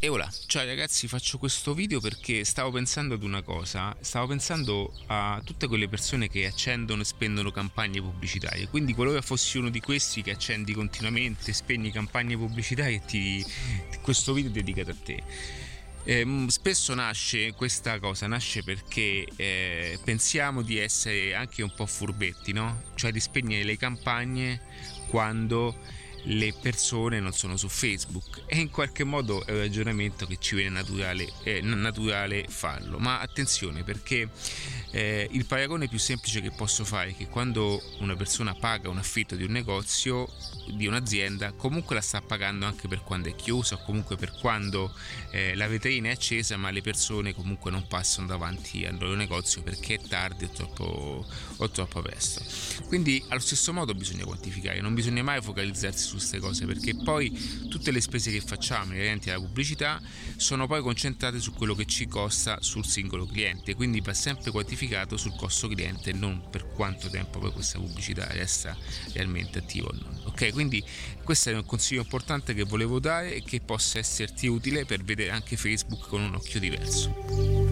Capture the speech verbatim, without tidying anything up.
E ora, ciao ragazzi, faccio questo video perché stavo pensando ad una cosa, stavo pensando a tutte quelle persone che accendono e spendono campagne pubblicitarie, quindi qualora fossi uno di questi che accendi continuamente, spegni campagne pubblicitarie, ti, questo video è dedicato a te. Eh, spesso nasce questa cosa, nasce perché eh, pensiamo di essere anche un po' furbetti, no? Cioè di spegnere le campagne quando le persone non sono su Facebook, e in qualche modo è un ragionamento che ci viene naturale, eh, naturale farlo. Ma attenzione, perché eh, il paragone più semplice che posso fare è che quando una persona paga un affitto di un negozio, di un'azienda, comunque la sta pagando anche per quando è chiusa, o comunque per quando eh, la vetrina è accesa ma le persone comunque non passano davanti al loro negozio perché è tardi o troppo, o troppo presto. Quindi allo stesso modo bisogna quantificare, non bisogna mai focalizzarsi su queste cose, perché poi tutte le spese che facciamo inerenti alla pubblicità sono poi concentrate su quello che ci costa sul singolo cliente, quindi va sempre quantificato sul costo cliente, non per quanto tempo poi questa pubblicità resta realmente attiva o non. Ok, quindi questo è un consiglio importante che volevo dare e che possa esserti utile per vedere anche Facebook con un occhio diverso.